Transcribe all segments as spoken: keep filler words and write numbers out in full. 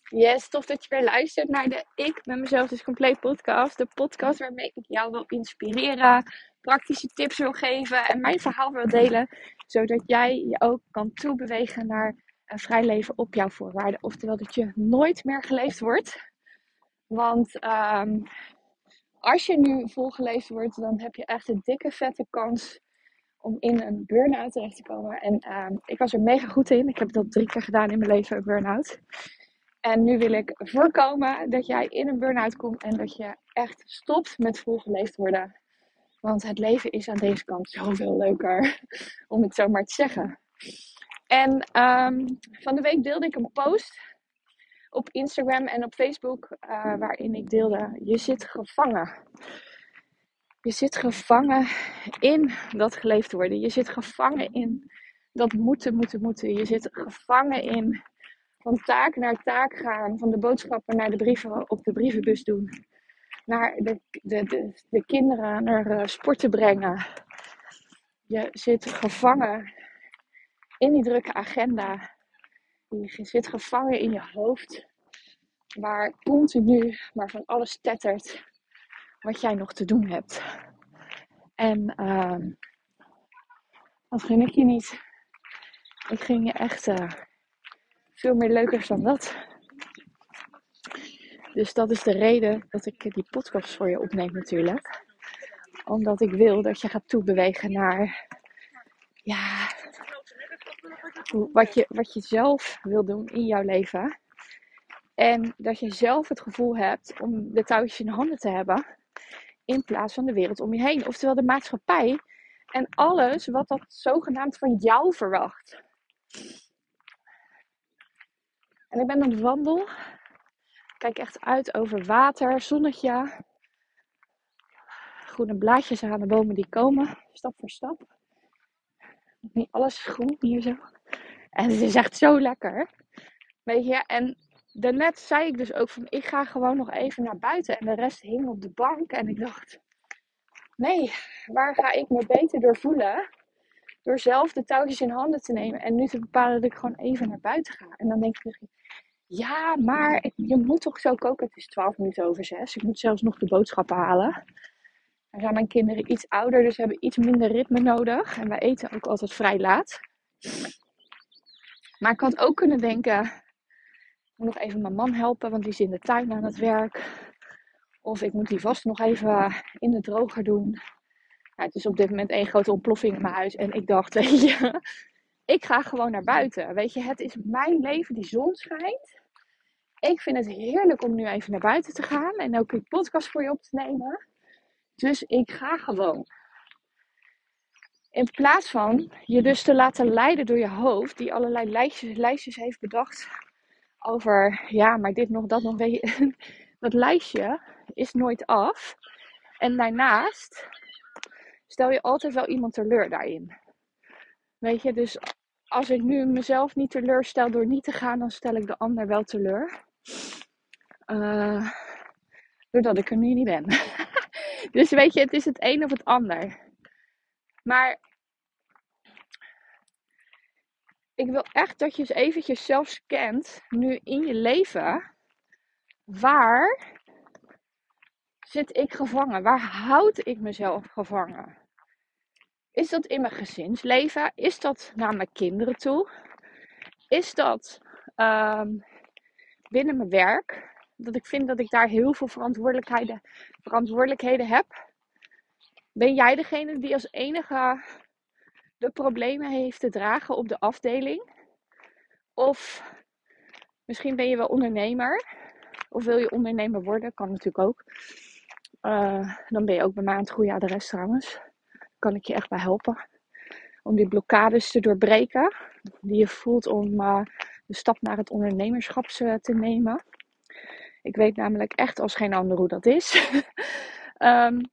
Yes, tof dat je weer luistert naar de Ik ben mezelf dus compleet podcast. De podcast waarmee ik jou wil inspireren, praktische tips wil geven en mijn verhaal wil delen. Zodat jij je ook kan toebewegen naar een vrij leven op jouw voorwaarden. Oftewel dat je nooit meer geleefd wordt. Want um, als je nu volgeleefd wordt, dan heb je echt een dikke vette kans om in een burn-out terecht te komen. En um, ik was er mega goed in. Ik heb dat drie keer gedaan in mijn leven, een burn-out. En nu wil ik voorkomen dat jij in een burn-out komt en dat je echt stopt met volgeleefd worden. Want het leven is aan deze kant zoveel leuker, om het zo maar te zeggen. En um, van de week deelde ik een post op Instagram en op Facebook uh, waarin ik deelde: je zit gevangen. Je zit gevangen in dat geleefd worden. Je zit gevangen in dat moeten, moeten, moeten. Je zit gevangen in van taak naar taak gaan, van de boodschappen naar de brieven op de brievenbus doen, naar de, de, de, de kinderen naar uh, sporten brengen. Je zit gevangen in die drukke agenda. Je zit gevangen in je hoofd, waar continu maar van alles tettert wat jij nog te doen hebt. En uh, dat gun ik je niet. Ik gun je echt uh, veel meer leukers dan dat. Dus dat is de reden dat ik die podcast voor je opneem natuurlijk. Omdat ik wil dat je gaat toebewegen naar ja, wat, je, wat je zelf wil doen in jouw leven. En dat je zelf het gevoel hebt om de touwtjes in handen te hebben. In plaats van de wereld om je heen. Oftewel de maatschappij. En alles wat dat zogenaamd van jou verwacht. En ik ben aan de wandel. Ik kijk echt uit over water, zonnetje. Groene blaadjes aan de bomen die komen. Stap voor stap. Niet alles is groen hier zo. En het is echt zo lekker. Weet je, en daarnet zei ik dus ook van, ik ga gewoon nog even naar buiten. En de rest hing op de bank. En ik dacht, nee, waar ga ik me beter door voelen? Door zelf de touwtjes in handen te nemen. En nu te bepalen dat ik gewoon even naar buiten ga. En dan denk ik, ja, maar ik, je moet toch zo koken. Het is twaalf minuten over zes. Ik moet zelfs nog de boodschappen halen. Dan zijn mijn kinderen iets ouder, dus hebben iets minder ritme nodig. En wij eten ook altijd vrij laat. Maar ik had ook kunnen denken, ik moet nog even mijn man helpen, want die is in de tuin aan het werk. Of ik moet die vast nog even in de droger doen. Nou, het is op dit moment één grote ontploffing in mijn huis. En ik dacht, weet je, ik ga gewoon naar buiten. Weet je, het is mijn leven, die zon schijnt. Ik vind het heerlijk om nu even naar buiten te gaan. En ook een podcast voor je op te nemen. Dus ik ga gewoon. In plaats van je dus te laten leiden door je hoofd. Die allerlei lijstjes, lijstjes heeft bedacht. Over, ja, maar dit nog, dat nog. Weet je, dat lijstje is nooit af. En daarnaast stel je altijd wel iemand teleur daarin. Weet je, dus als ik nu mezelf niet teleurstel door niet te gaan, dan stel ik de ander wel teleur. Uh, doordat ik er nu niet ben. Dus weet je, het is het een of het ander. Maar ik wil echt dat je eens eventjes zelf scant, nu in je leven. Waar zit ik gevangen? Waar houd ik mezelf gevangen? Is dat in mijn gezinsleven? Is dat naar mijn kinderen toe? Is dat um, binnen mijn werk? Dat ik vind dat ik daar heel veel verantwoordelijkheden, verantwoordelijkheden heb. Ben jij degene die als enige de problemen heeft te dragen op de afdeling? Of misschien ben je wel ondernemer. Of wil je ondernemer worden? Kan natuurlijk ook. Uh, dan ben je ook bij mij aan het goede adres trouwens. Kan ik je echt bij helpen. Om die blokkades te doorbreken. Die je voelt om uh, de stap naar het ondernemerschap te nemen. Ik weet namelijk echt als geen ander hoe dat is. um,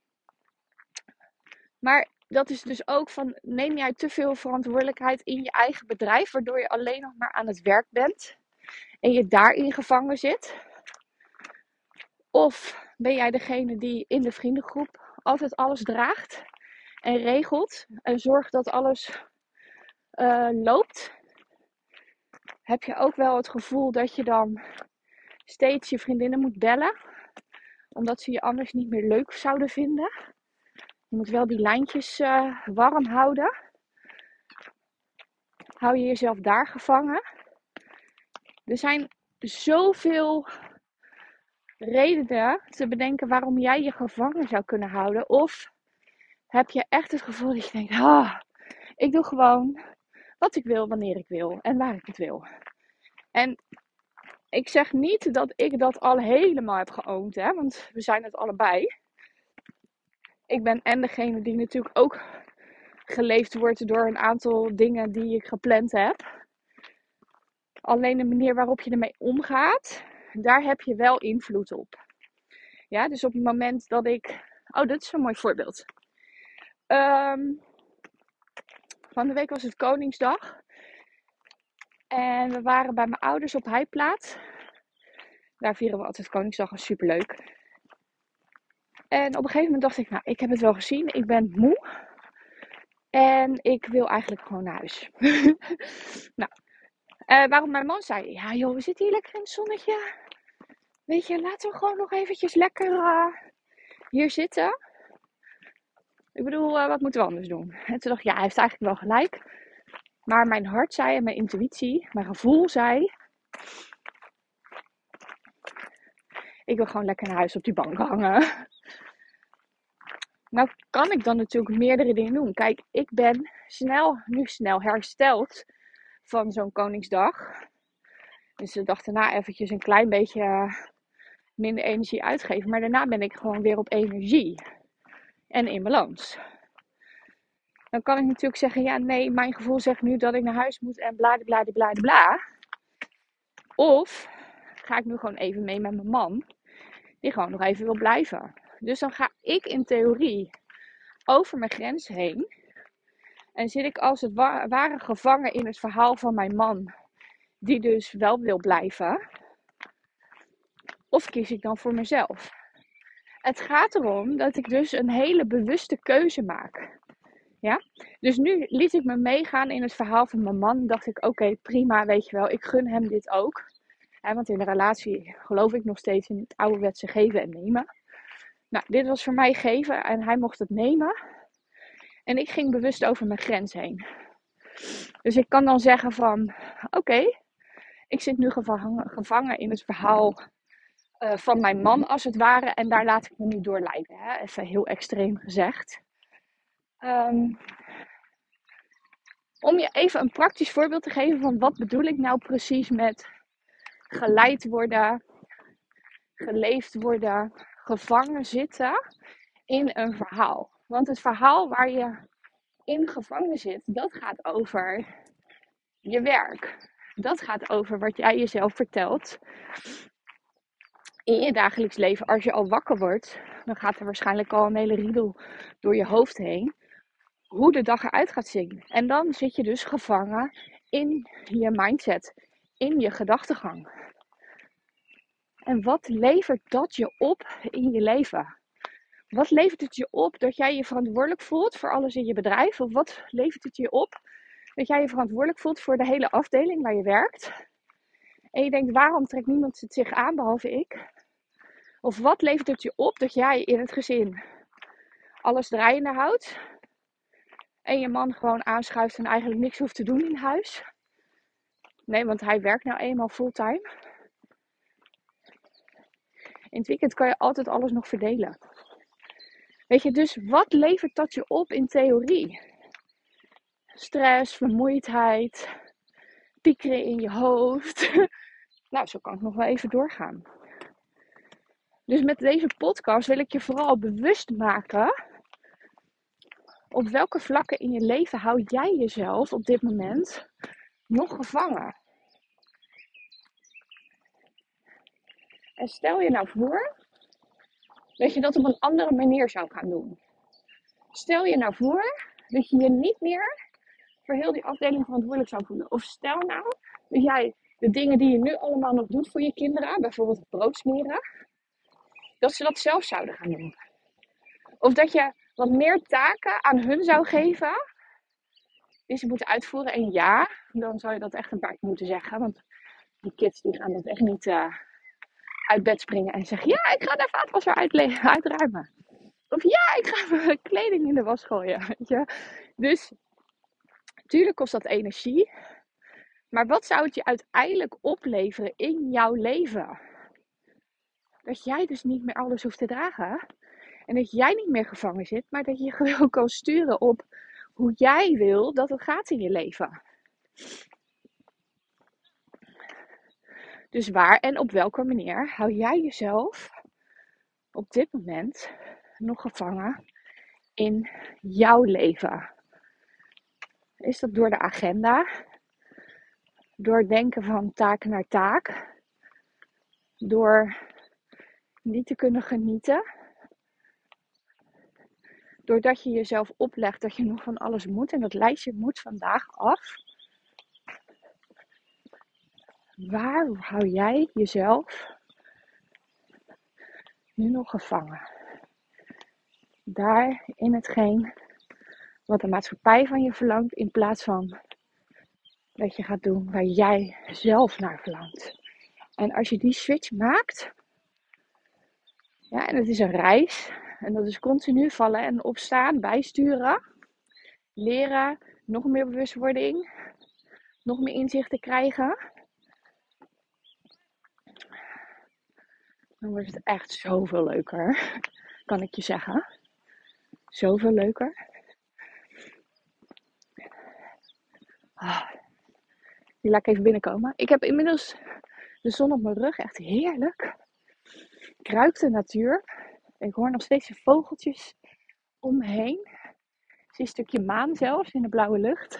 maar dat is dus ook van, neem jij te veel verantwoordelijkheid in je eigen bedrijf. Waardoor je alleen nog maar aan het werk bent. En je daarin gevangen zit. Of ben jij degene die in de vriendengroep altijd alles draagt. En regelt. En zorgt dat alles uh, loopt. Heb je ook wel het gevoel dat je dan steeds je vriendinnen moet bellen. Omdat ze je anders niet meer leuk zouden vinden. Je moet wel die lijntjes uh, warm houden. Hou je jezelf daar gevangen. Er zijn zoveel redenen te bedenken waarom jij je gevangen zou kunnen houden. Of heb je echt het gevoel dat je denkt, ah, ik doe gewoon wat ik wil, wanneer ik wil en waar ik het wil. En ik zeg niet dat ik dat al helemaal heb geowned, hè, want we zijn het allebei. Ik ben en degene die natuurlijk ook geleefd wordt door een aantal dingen die ik gepland heb. Alleen de manier waarop je ermee omgaat, daar heb je wel invloed op. Ja, dus op het moment dat ik... Oh, dit is een mooi voorbeeld. Um, van de week was het Koningsdag. En we waren bij mijn ouders op Heiplaat. Daar vieren we altijd Koningsdag, dat is superleuk. En op een gegeven moment dacht ik, nou, ik heb het wel gezien. Ik ben moe. En ik wil eigenlijk gewoon naar huis. nou, uh, waarop mijn man zei, ja joh, we zitten hier lekker in het zonnetje. Weet je, laten we gewoon nog eventjes lekker uh, hier zitten. Ik bedoel, uh, wat moeten we anders doen? En toen dacht ik, ja, hij heeft eigenlijk wel gelijk. Maar mijn hart zei en mijn intuïtie, mijn gevoel zei... Ik wil gewoon lekker naar huis op die bank hangen. Nou kan ik dan natuurlijk meerdere dingen doen. Kijk, ik ben snel, nu snel hersteld van zo'n Koningsdag. Dus de dag daarna eventjes een klein beetje minder energie uitgeven. Maar daarna ben ik gewoon weer op energie. En in balans. Dan kan ik natuurlijk zeggen, ja nee, mijn gevoel zegt nu dat ik naar huis moet en bladibladibladibla. Of ga ik nu gewoon even mee met mijn man, die gewoon nog even wil blijven. Dus dan ga ik in theorie over mijn grens heen. En zit ik als het ware gevangen in het verhaal van mijn man, die dus wel wil blijven. Of kies ik dan voor mezelf? Het gaat erom dat ik dus een hele bewuste keuze maak. Ja? Dus nu liet ik me meegaan in het verhaal van mijn man. Dacht ik, oké, okay, prima, weet je wel, ik gun hem dit ook. Ja, want in de relatie geloof ik nog steeds in het ouderwetse geven en nemen. Nou, dit was voor mij geven en hij mocht het nemen. En ik ging bewust over mijn grens heen. Dus ik kan dan zeggen van, oké, okay, ik zit nu gevangen, gevangen in het verhaal uh, van mijn man als het ware. En daar laat ik me nu door leiden. Hè? Even heel extreem gezegd. Um, om je even een praktisch voorbeeld te geven van wat bedoel ik nou precies met geleid worden, geleefd worden, gevangen zitten in een verhaal. Want het verhaal waar je in gevangen zit, dat gaat over je werk. Dat gaat over wat jij jezelf vertelt in je dagelijks leven. Als je al wakker wordt, dan gaat er waarschijnlijk al een hele riedel door je hoofd heen. Hoe de dag eruit gaat zien. En dan zit je dus gevangen in je mindset. In je gedachtegang. En wat levert dat je op in je leven? Wat levert het je op dat jij je verantwoordelijk voelt voor alles in je bedrijf? Of wat levert het je op dat jij je verantwoordelijk voelt voor de hele afdeling waar je werkt? En je denkt, waarom trekt niemand het zich aan behalve ik? Of wat levert het je op dat jij in het gezin alles draaiende houdt? En je man gewoon aanschuift en eigenlijk niks hoeft te doen in huis? Nee, want hij werkt nou eenmaal fulltime. In het weekend kan je altijd alles nog verdelen. Weet je, dus wat levert dat je op in theorie? Stress, vermoeidheid, piekeren in je hoofd. Nou, zo kan ik nog wel even doorgaan. Dus met deze podcast wil ik je vooral bewust maken. Op welke vlakken in je leven hou jij jezelf op dit moment nog gevangen? En stel je nou voor dat je dat op een andere manier zou gaan doen. Stel je nou voor dat je je niet meer voor heel die afdeling verantwoordelijk zou voelen. Of stel nou dat jij de dingen die je nu allemaal nog doet voor je kinderen, bijvoorbeeld het brood smeren, dat ze dat zelf zouden gaan doen. Of dat je wat meer taken aan hun zou geven die ze moeten uitvoeren. En ja, dan zou je dat echt een paar keer moeten zeggen. Want die kids die gaan dat echt niet uh, uit bed springen en zeggen, ja, ik ga de vaatwasser uitle- uitruimen. Of ja, ik ga mijn kleding in de was gooien. Weet je? Dus natuurlijk kost dat energie. Maar wat zou het je uiteindelijk opleveren in jouw leven? Dat jij dus niet meer alles hoeft te dragen. En dat jij niet meer gevangen zit. Maar dat je gewoon kan sturen op hoe jij wil dat het gaat in je leven. Dus waar en op welke manier hou jij jezelf op dit moment nog gevangen in jouw leven? Is dat door de agenda? Door het denken van taak naar taak? Door niet te kunnen genieten? Doordat je jezelf oplegt dat je nog van alles moet en dat lijstje moet vandaag af? Waar hou jij jezelf nu nog gevangen? Daar in hetgeen wat de maatschappij van je verlangt, in plaats van dat je gaat doen waar jij zelf naar verlangt. En als je die switch maakt, ja, en het is een reis, en dat is continu vallen en opstaan, bijsturen, leren, nog meer bewustwording, nog meer inzichten krijgen, dan wordt het echt zoveel leuker, kan ik je zeggen. Zoveel leuker. Ah, die laat ik even binnenkomen. Ik heb inmiddels de zon op mijn rug, echt heerlijk. Ik ruik de natuur. Ik hoor nog steeds de vogeltjes om me heen. Ik zie een stukje maan zelfs in de blauwe lucht.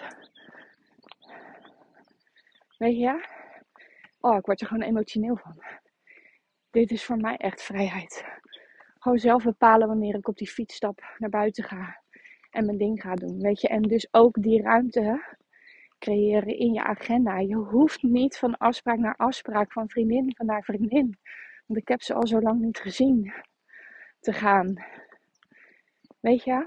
Weet je? Oh, ik word er gewoon emotioneel van. Dit is voor mij echt vrijheid. Gewoon zelf bepalen wanneer ik op die fiets stap, naar buiten ga en mijn ding ga doen. Weet je? En dus ook die ruimte creëren in je agenda. Je hoeft niet van afspraak naar afspraak, van vriendin van naar vriendin. Want ik heb ze al zo lang niet gezien te gaan. Weet je?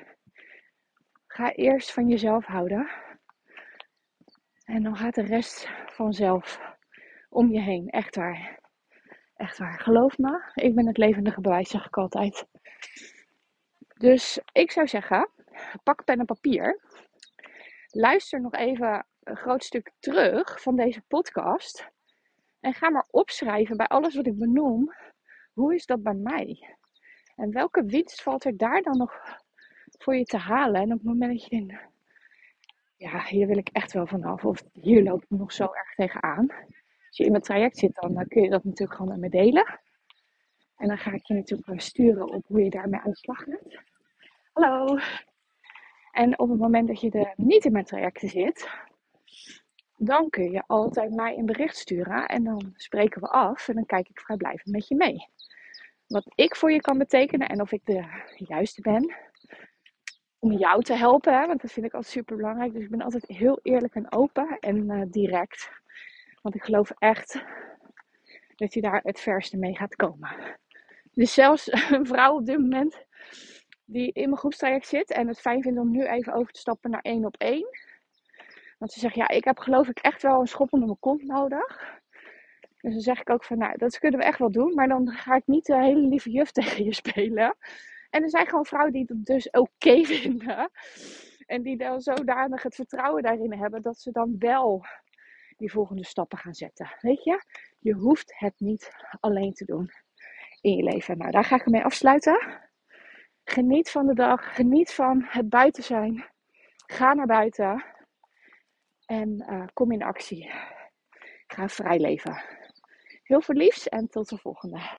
Ga eerst van jezelf houden. En dan gaat de rest vanzelf om je heen. Echt waar. Echt waar. Geloof me, ik ben het levendige bewijs, zeg ik altijd. Dus ik zou zeggen, pak pen en papier. Luister nog even een groot stuk terug van deze podcast. En ga maar opschrijven bij alles wat ik benoem. Hoe is dat bij mij? En welke winst valt er daar dan nog voor je te halen? En op het moment dat je denkt, ja, hier wil ik echt wel vanaf. Of hier loop ik nog zo erg tegenaan. Als je in mijn traject zit, dan kun je dat natuurlijk gewoon met me delen. En dan ga ik je natuurlijk sturen op hoe je daarmee aan de slag gaat. Hallo! En op het moment dat je er niet in mijn trajecten zit, dan kun je altijd mij een bericht sturen. En dan spreken we af en dan kijk ik vrijblijvend met je mee. Wat ik voor je kan betekenen en of ik de juiste ben om jou te helpen. Hè? Want dat vind ik altijd super belangrijk. Dus ik ben altijd heel eerlijk en open en uh, direct. Want ik geloof echt dat je daar het verste mee gaat komen. Dus zelfs een vrouw op dit moment die in mijn groepstraject zit en het fijn vindt om nu even over te stappen naar één op één. Want ze zegt, ja, ik heb geloof ik echt wel een schop onder mijn kont nodig. Dus dan zeg ik ook van, nou, dat kunnen we echt wel doen. Maar dan ga ik niet de hele lieve juf tegen je spelen. En er zijn gewoon vrouwen die het dus oké okay vinden. En die dan zodanig het vertrouwen daarin hebben dat ze dan wel die volgende stappen gaan zetten. Weet je, je hoeft het niet alleen te doen in je leven. Nou, daar ga ik mee afsluiten. Geniet van de dag. Geniet van het buiten zijn. Ga naar buiten. En uh, kom in actie. Ga vrij leven. Heel veel liefs en tot de volgende.